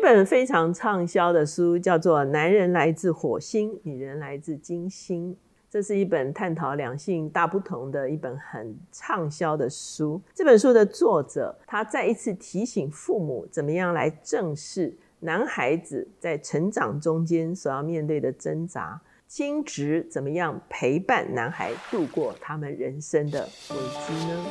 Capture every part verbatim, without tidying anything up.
本非常畅销的书叫做《男人来自火星，女人来自金星》，这是一本探讨两性大不同的一本很畅销的书。这本书的作者他再一次提醒父母怎么样来正视男孩子在成长中间所要面对的挣扎，亲职怎么样陪伴男孩度过他们人生的危机呢？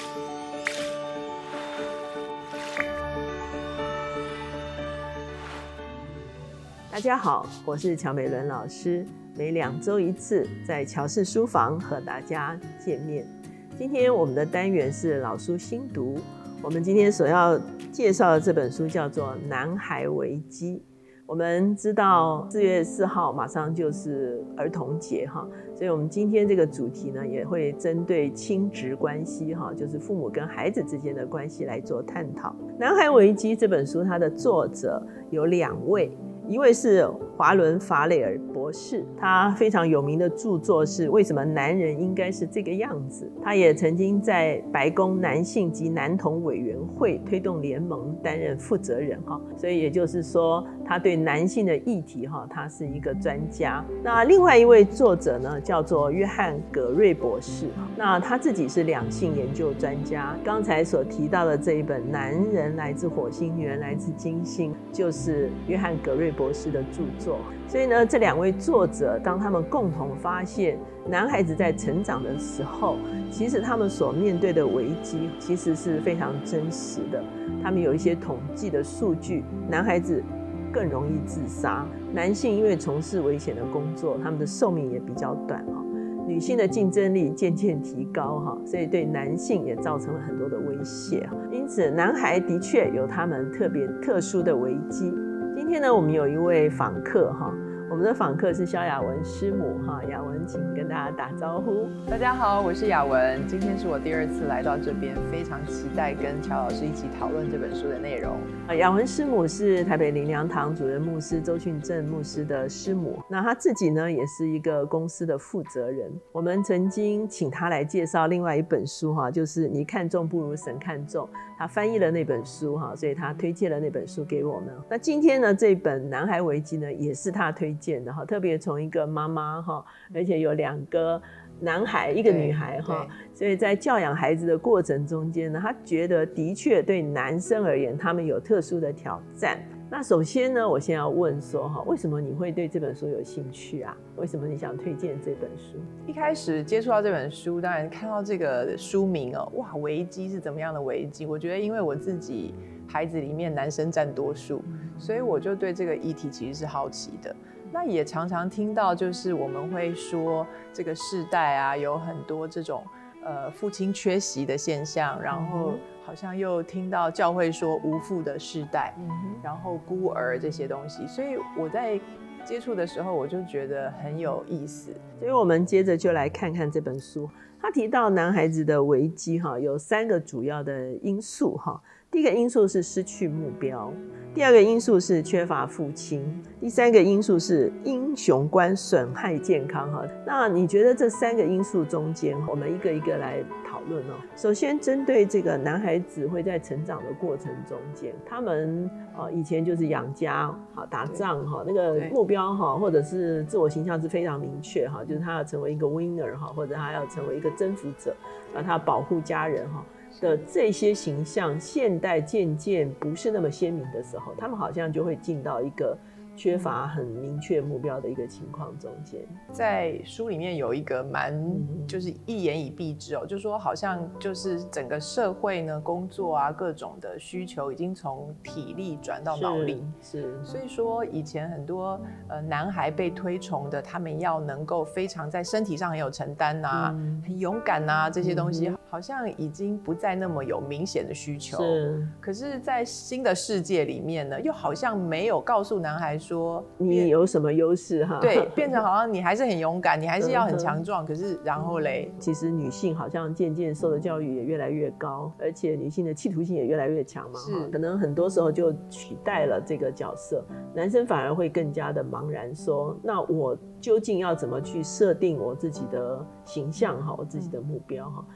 大家好，我是乔美伦老师，每两周一次在乔氏书房和大家见面。今天我们的单元是老书新读，我们今天所要介绍的这本书叫做《男孩危机》。我们知道四月四号马上就是儿童节哈，所以我们今天这个主题呢也会针对亲职关系哈，就是父母跟孩子之间的关系来做探讨。《男孩危机》这本书它的作者有两位，一位是华伦·法雷尔博士，他非常有名的著作是《为什么男人应该是这个样子》。他也曾经在白宫男性及男童委员会推动联盟担任负责人，所以也就是说他对男性的议题他是一个专家。那另外一位作者呢叫做约翰·葛瑞博士，那他自己是两性研究专家。刚才所提到的这一本《男人来自火星，女人来自金星》就是约翰·葛瑞博士的著作。所以呢，这两位作者当他们共同发现男孩子在成长的时候，其实他们所面对的危机其实是非常真实的。他们有一些统计的数据，男孩子更容易自杀，男性因为从事危险的工作，他们的寿命也比较短，女性的竞争力渐渐提高，所以对男性也造成了很多的威胁。因此男孩的确有他们特别特殊的危机。今天呢，我们有一位访客哈，我们的访客是萧雅文师母哈，雅文请跟大家打招呼。 大家好，我是雅文，今天是我第二次来到这边，非常期待跟乔老师一起讨论这本书的内容。 雅文师母是台北灵粮堂主任牧师周训正牧师的师母，那他自己呢也是一个公司的负责人。我们曾经请他来介绍另外一本书哈，就是你看重不如神看重，他翻译了那本书哈，所以他推荐了那本书给我们。那今天呢，这本《男孩危机》呢也是他推荐的哈，特别从一个妈妈哈，而且有两个男孩一个女孩哈，所以在教养孩子的过程中间呢，他觉得的确对男生而言他们有特殊的挑战。那首先呢，我先要问说哈，为什么你会对这本书有兴趣啊？为什么你想推荐这本书？ 一开始接触到这本书，当然看到这个书名哦，哇，危机是怎么样的危机？我觉得因为我自己孩子里面男生占多数，所以我就对这个议题其实是好奇的。那也常常听到就是我们会说这个世代啊有很多这种呃父亲缺席的现象，然后好像又听到教会说无父的世代，嗯、然后孤儿这些东西，所以我在接触的时候我就觉得很有意思。 所以我们接着就来看看这本书。他提到男孩子的危机有三个主要的因素。第一个因素是失去目标，第二个因素是缺乏父亲，第三个因素是英雄观损害健康。那你觉得这三个因素中间，我们一个一个来讨论哦。首先针对这个男孩子会在成长的过程中间，他们以前就是养家打仗，那个目标或者是自我形象是非常明确，就是他要成为一个 winner 或者他要成为一个征服者，他保护家人的这些形象，现代渐渐不是那么鲜明的时候，他们好像就会进到一个缺乏很明确目标的一个情况中间。 在书里面有一个蛮就是一言以蔽之哦，就说好像就是整个社会呢，工作啊各种的需求已经从体力转到脑力， 是，是所以说以前很多呃男孩被推崇的，他们要能够非常在身体上很有承担啊，嗯、很勇敢啊这些东西，嗯、好像已经不再那么有明显的需求。是，可是，在新的世界里面呢，又好像没有告诉男孩说你有什么优势哈？ 对，变成好像你还是很勇敢，你还是要很强壮。可是然后嘞， 其实女性好像渐渐受的教育也越来越高，而且女性的企图心也越来越强嘛。是，可能很多时候就取代了这个角色，男生反而会更加的茫然说，那我究竟要怎么去设定我自己的形象哈，我自己的目标哈？所以他们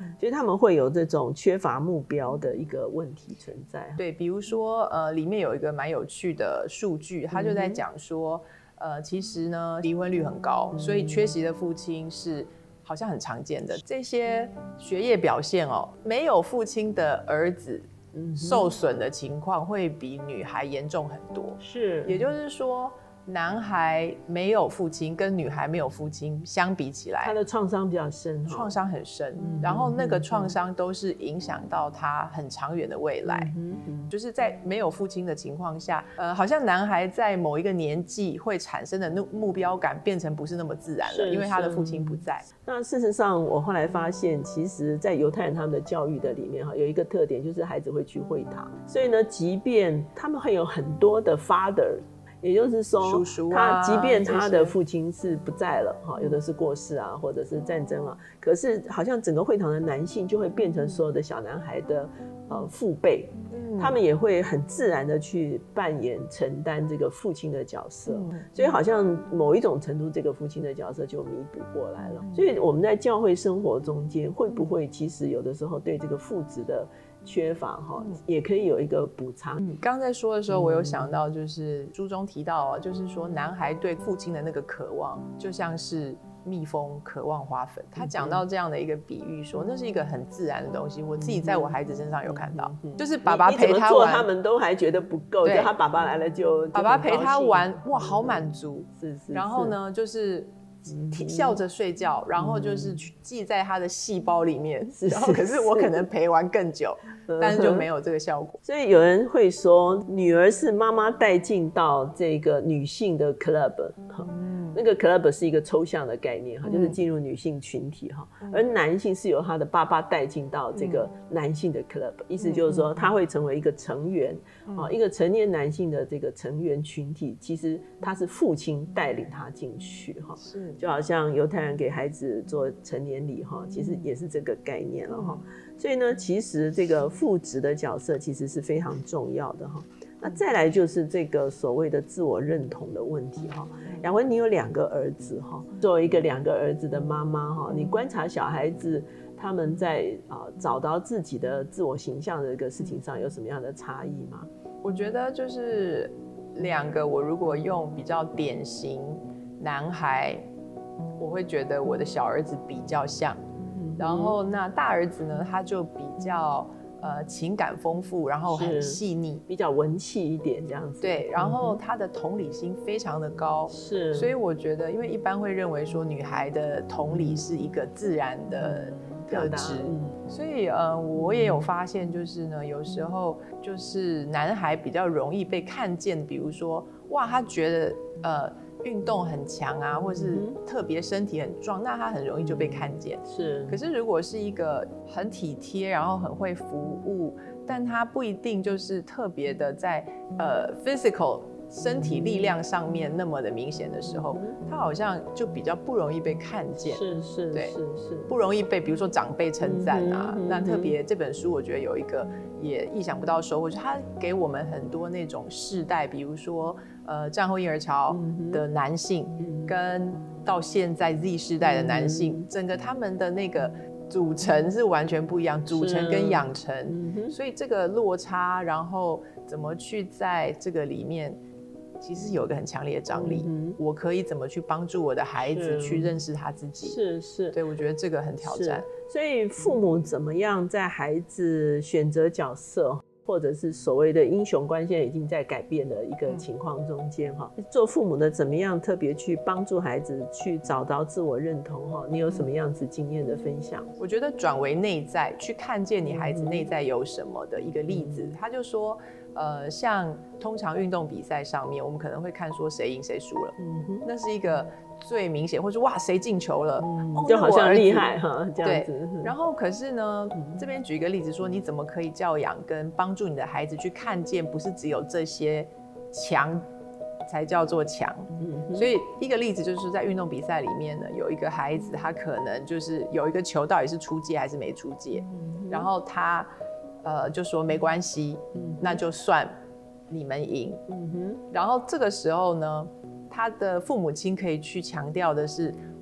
们会有这种缺乏目标的一个问题存在。 对，比如说呃，里面有一个蛮有趣的数据，他就在讲说，嗯、呃，其实呢离婚率很高，所以缺席的父亲是好像很常见的。这些学业表现哦，没有父亲的儿子受损的情况会比女孩严重很多。 是， 也就是说，男孩没有父亲跟女孩没有父亲相比起来， 他的创伤比较深， 创伤很深， 嗯、 然后那个创伤都是影响到他很长远的未来。嗯嗯、就是在没有父亲的情况下，呃，好像男孩在某一个年纪会产生的目标感变成不是那么自然了，因为他的父亲不在。 那事实上，我后来发现，其实，在犹太人他们的教育的里面，哈，有一个特点就是孩子会去会堂，所以呢，即便他们会有很多的 father。也就是说， 叔叔啊、他即便他的父亲是不在了，哈，有的是过世啊，或者是战争啊，可是好像整个会堂的男性就会变成所有的小男孩的呃父辈，嗯、他们也会很自然的去扮演承担这个父亲的角色，嗯、所以好像某一种程度，这个父亲的角色就弥补过来了。嗯、所以我们在教会生活中间，会不会其实有的时候对这个父职的缺乏哈，也可以有一个补偿。 嗯，刚在说的时候，我有想到，就是书中提到啊，就是说男孩对父亲的那个渴望，就像是蜜蜂渴望花粉。他讲到这样的一个比喻，说那是一个很自然的东西。我自己在我孩子身上有看到，就是爸爸陪他玩， 他们都还觉得不够，就他爸爸来了就爸爸陪他玩，哇，好满足。 是是。 然后呢，就是笑着睡觉，然后就是记在他的细胞里面。然后可是我可能陪玩更久。但是就没有这个效果。 所以有人会说，女儿是妈妈带进到这个女性的 club，嗯、那个 club 是一个抽象的概念，嗯、就是进入女性群体，嗯、而男性是由他的爸爸带进到这个男性的 club，嗯、意思就是说他会成为一个成员，嗯、一个成年男性的这个成员群体，其实他是父亲带领他进去，是就好像犹太人给孩子做成年礼，其实也是这个概念了。嗯所以呢，其实这个父职的角色其实是非常重要的哈。那再来就是这个所谓的自我认同的问题哈。雅文，你有两个儿子哈，作为一个两个儿子的妈妈哈，你观察小孩子他们在啊找到自己的自我形象的这个事情上有什么样的差异吗？ 我觉得就是两个，我如果用比较典型男孩，我会觉得我的小儿子比较像。然后那大儿子呢，他就比较呃情感丰富，然后很细腻， 比较文气一点这样子。 对，然后他的同理心非常的高， 是。 所以我觉得，因为一般会认为说女孩的同理是一个自然的特质，嗯、所以呃我也有发现，就是呢有时候就是男孩比较容易被看见，比如说哇，他觉得呃。运动很强啊，或是特别身体很壮，那他很容易就被看见。 是， 可是如果是一个很体贴，然后很会服务，但他不一定就是特别的在呃 physical 身体力量上面那么的明显的时候，他好像就比较不容易被看见。 是是， 对， 是是， 不容易被比如说长辈称赞啊。嗯、那特别这本书，我觉得有一个也意想不到收获，就是他给我们很多那种世代，比如说。呃，战后婴儿潮的男性，嗯、跟到现在 Z 世代的男性，嗯、整个他们的那个组成是完全不一样，组成跟养成，嗯、所以这个落差，然后怎么去在这个里面，其实有一个很强烈的张力。嗯、我可以怎么去帮助我的孩子去认识他自己？ 是是， 对，我觉得这个很挑战。 所以父母怎么样在孩子选择角色？或者是所谓的英雄观，现在已经在改变的一个情况中间哈，嗯、做父母的怎么样特别去帮助孩子去找到自我认同哈？你有什么样子经验的分享？ 我觉得转为内在，去看见你孩子内在有什么的一个例子，嗯、他就说，呃，像通常运动比赛上面，我们可能会看说谁赢谁输了，嗯哼，那是一个最明显，或是哇谁进球了，嗯哦、就好像厉害哈这样子。 对，然后可是呢，嗯、这边举一个例子说，你怎么可以教养跟帮助你的孩子去看见，不是只有这些强才叫做强。嗯、所以一个例子就是在运动比赛里面呢，有一个孩子他可能就是有一个球到底是出界还是没出界，嗯、然后他呃就说没关系，嗯、那就算你们赢。嗯、然后这个时候呢，他的父母亲可以去强调的是，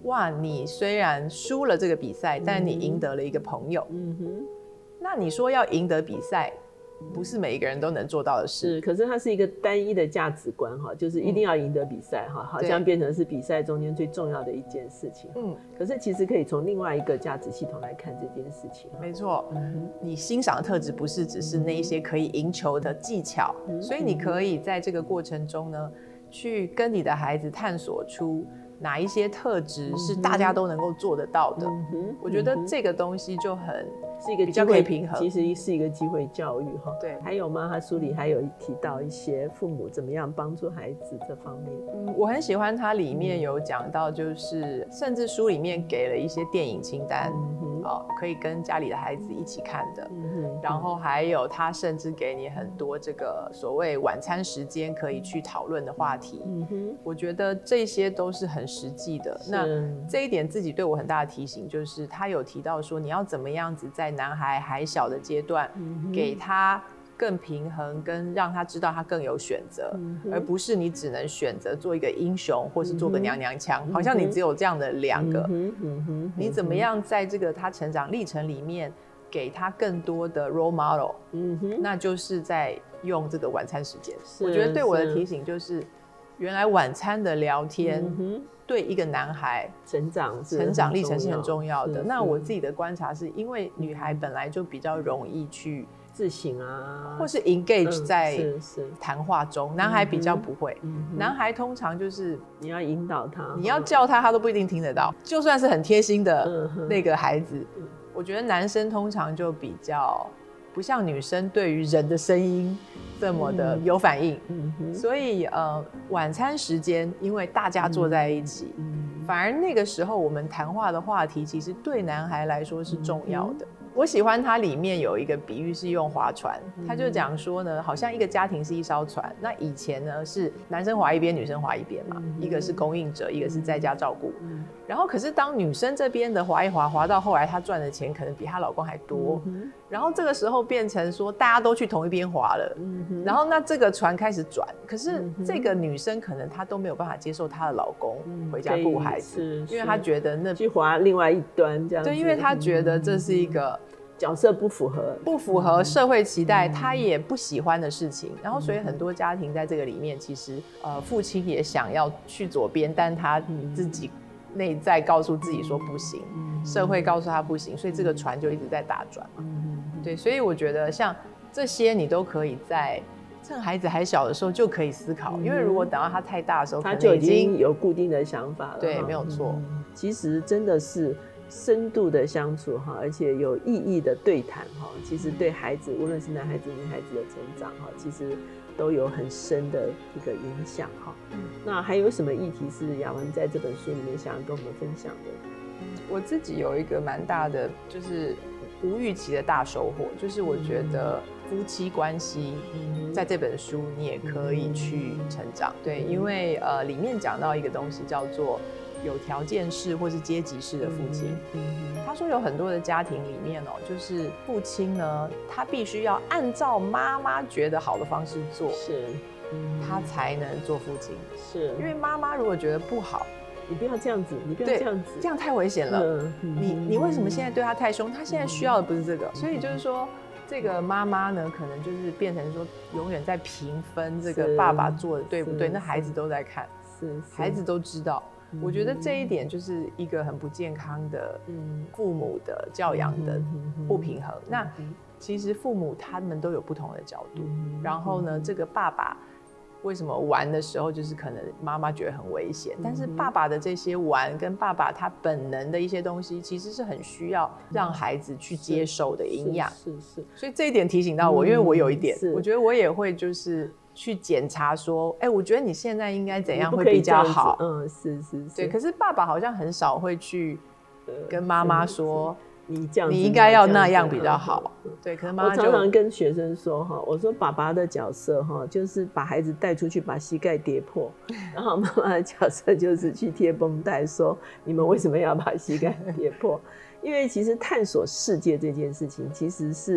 哇，你虽然输了这个比赛，但你赢得了一个朋友。 嗯哼， 那你说要赢得比赛，不是每一个人都能做到的事。 是，可是它是一个单一的价值观哈，就是一定要赢得比赛哈，好像变成是比赛中间最重要的一件事情。嗯，可是其实可以从另外一个价值系统来看这件事情。 没错，嗯、你欣赏的特质不是只是那一些可以赢球的技巧，嗯、所以你可以在这个过程中呢，去跟你的孩子探索出哪一些特质是大家都能够做得到的。嗯、我觉得这个东西就很。 是一个比较可以平衡， 其实是一个机会教育哈。 对， 还有吗？他书里还有提到一些父母怎么样帮助孩子这方面。 嗯，我很喜欢它里面有讲到，就是甚至书里面给了一些电影清单，嗯哦、可以跟家里的孩子一起看的。嗯、然后还有他甚至给你很多这个所谓晚餐时间可以去讨论的话题。嗯、我觉得这些都是很实际的。那这一点自己对我很大的提醒就是，他有提到说你要怎么样子在在男孩还小的阶段，嗯、给他更平衡，跟让他知道他更有选择，嗯、而不是你只能选择做一个英雄，或是做个娘娘腔，嗯、好像你只有这样的两个。嗯嗯、你怎么样在这个他成长历程里面，给他更多的 role model？嗯、那就是在用这个晚餐时间。我觉得对我的提醒就是，原来晚餐的聊天。嗯对一个男孩成长成长历程是很重要的。那我自己的观察是，因为女孩本来就比较容易去自省啊， 或是 engage 在谈话中，嗯、男孩比较不会。嗯、男孩通常就是你要引导他， 你要叫他，他都不一定听得到。就算是很贴心的那个孩子，嗯、我觉得男生通常就比较不像女生对于人的声音这么的有反应。嗯嗯、所以呃，晚餐时间因为大家坐在一起，嗯、反而那个时候我们谈话的话题其实对男孩来说是重要的。嗯、我喜欢它里面有一个比喻是用划船，他就讲说呢，好像一个家庭是一艘船，那以前呢是男生划一边，女生划一边嘛，嗯、一个是供应者，一个是在家照顾。嗯、然后可是当女生这边的划一划，划到后来她赚的钱可能比她老公还多，嗯、然后这个时候变成说大家都去同一边划了，嗯、然后那这个船开始转，可是这个女生可能她都没有办法接受她的老公回家顾孩子，嗯、因为她觉得那去划另外一端这样子， 对，因为她觉得这是一个。 角色不符合， 不符合社会期待，他也不喜欢的事情。然后，所以很多家庭在这个里面，其实呃，父亲也想要去左边，但他自己内在告诉自己说不行，社会告诉他不行，所以这个船就一直在打转嘛。对，所以我觉得像这些，你都可以在趁孩子还小的时候就可以思考，因为如果等到他太大的时候， 他就已经有固定的想法了。 对，没有错。 其实真的是。深度的相处哈，而且有意义的对谈哈，其实对孩子，无论是男孩子、女孩子的成长哈，其实都有很深的一个影响哈。嗯、那还有什么议题是雅文在这本书里面想要跟我们分享的？ 我自己有一个蛮大的，就是无预期的大收获，就是我觉得夫妻关系在这本书你也可以去成长。对，因为呃里面讲到一个东西叫做。有条件式或是阶级式的父亲，嗯嗯、他说有很多的家庭里面哦，就是父亲呢，他必须要按照妈妈觉得好的方式做， 是， 嗯、他才能做父亲。 是， 因为妈妈如果觉得不好， 你不要这样子，你不要这样子， 这样太危险了。嗯嗯、你你为什么现在对他太凶？他现在需要的不是这个，所以就是说。这个妈妈呢，可能就是变成说，永远在评分这个爸爸做的对不对？那孩子都在看，是孩子都知道。我觉得这一点就是一个很不健康的父母的教养的不平衡。那其实父母他们都有不同的角度，然后呢，这个爸爸为什么玩的时候就是可能妈妈觉得很危险，但是爸爸的这些玩跟爸爸他本能的一些东西，其实是很需要让孩子去接受的营养。 是 是, 是, 是， 所以这一点提醒到我，因为我有一点，我觉得我也会就是。去检查说，哎、欸，我觉得你现在应该怎样会比较好？ 嗯，是是是。 对，可是爸爸好像很少会去跟妈妈说， 你这样， 你应该要那样比较好。嗯、对，可是妈妈就我常常跟学生说哈，我说爸爸的角色哈，就是把孩子带出去把膝盖跌破，然后妈妈的角色就是去贴绷带，说你们为什么要把膝盖跌破？因为其实探索世界这件事情，其实是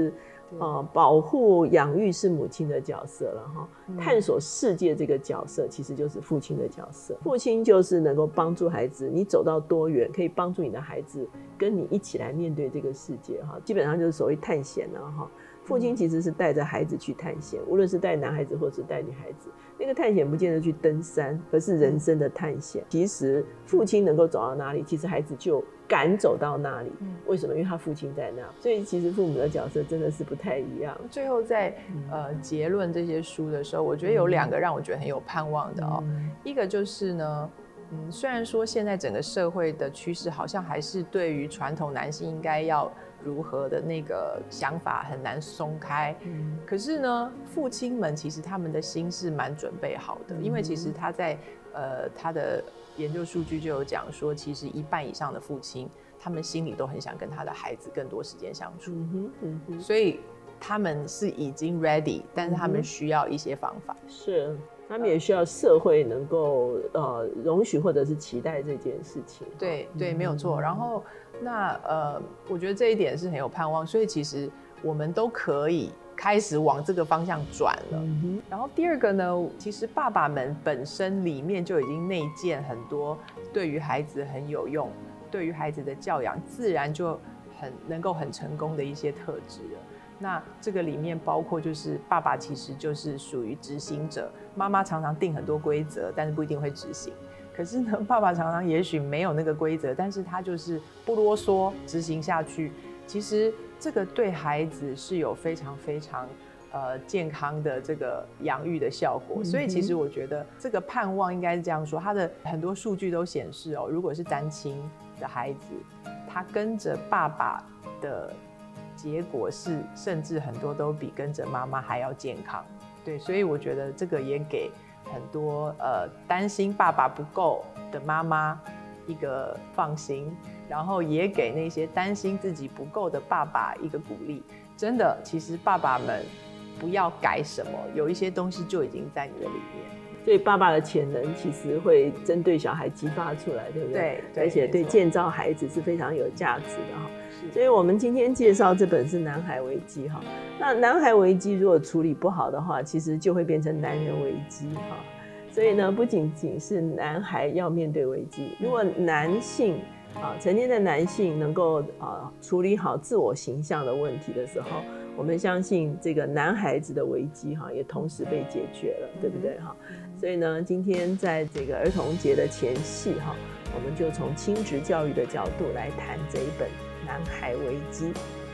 呃，保护养育是母亲的角色了哈， 嗯探索世界这个角色其实就是父亲的角色。父亲就是能够帮助孩子，你走到多远，可以帮助你的孩子跟你一起来面对这个世界哈，基本上就是所谓探险了哈。父亲其实是带着孩子去探险，无论是带男孩子或是带女孩子，那个探险不见得去登山，而是人生的探险。其实父亲能够走到哪里，其实孩子就敢走到那里。为什么？因为他父亲在那，所以其实父母的角色真的是不太一样。 最后在呃结论这些书的时候，我觉得有两个让我觉得很有盼望的哦。嗯、一个就是呢，嗯，虽然说现在整个社会的趋势好像还是对于传统男性应该要如何的那个想法很难松开，嗯、可是呢，父亲们其实他们的心是蛮准备好的，嗯、因为其实他在呃他的研究数据就有讲说，其实一半以上的父亲，他们心里都很想跟他的孩子更多时间相处，嗯哼嗯哼，所以他们是已经 ready， 但是他们需要一些方法， 嗯、是。他们也需要社会能够呃容许或者是期待这件事情。 对对，没有错。然后那呃，我觉得这一点是很有盼望，所以其实我们都可以开始往这个方向转了。嗯、然后第二个呢，其实爸爸们本身里面就已经内建很多对于孩子很有用，对于孩子的教养自然就很能够很成功的一些特质了。那这个里面包括就是爸爸其实就是属于执行者，妈妈常常定很多规则，但是不一定会执行。可是呢，爸爸常常也许没有那个规则，但是他就是不啰嗦执行下去。其实这个对孩子是有非常非常呃健康的这个养育的效果。所以其实我觉得这个盼望应该是这样说，他的很多数据都显示哦，如果是单亲的孩子，他跟着爸爸的结果是，甚至很多都比跟着妈妈还要健康。对，所以我觉得这个也给很多呃担心爸爸不够的妈妈一个放心，然后也给那些担心自己不够的爸爸一个鼓励。真的，其实爸爸们不要改什么，有一些东西就已经在你的里面。 所以爸爸的潜能其实会针对小孩激发出来，对不对？ 对，对， 而且对建造孩子是非常有价值的哈。所以我们今天介绍这本是《男孩危机》哈。那男孩危机如果处理不好的话，其实就会变成男人危机哈。所以呢，不仅仅是男孩要面对危机，如果男性啊，成年的男性能够啊处理好自我形象的问题的时候，我们相信这个男孩子的危机哈也同时被解决了，对不对哈？所以呢，今天在这个儿童节的前夕哈，我们就从亲职教育的角度来谈这一本《男孩危机》。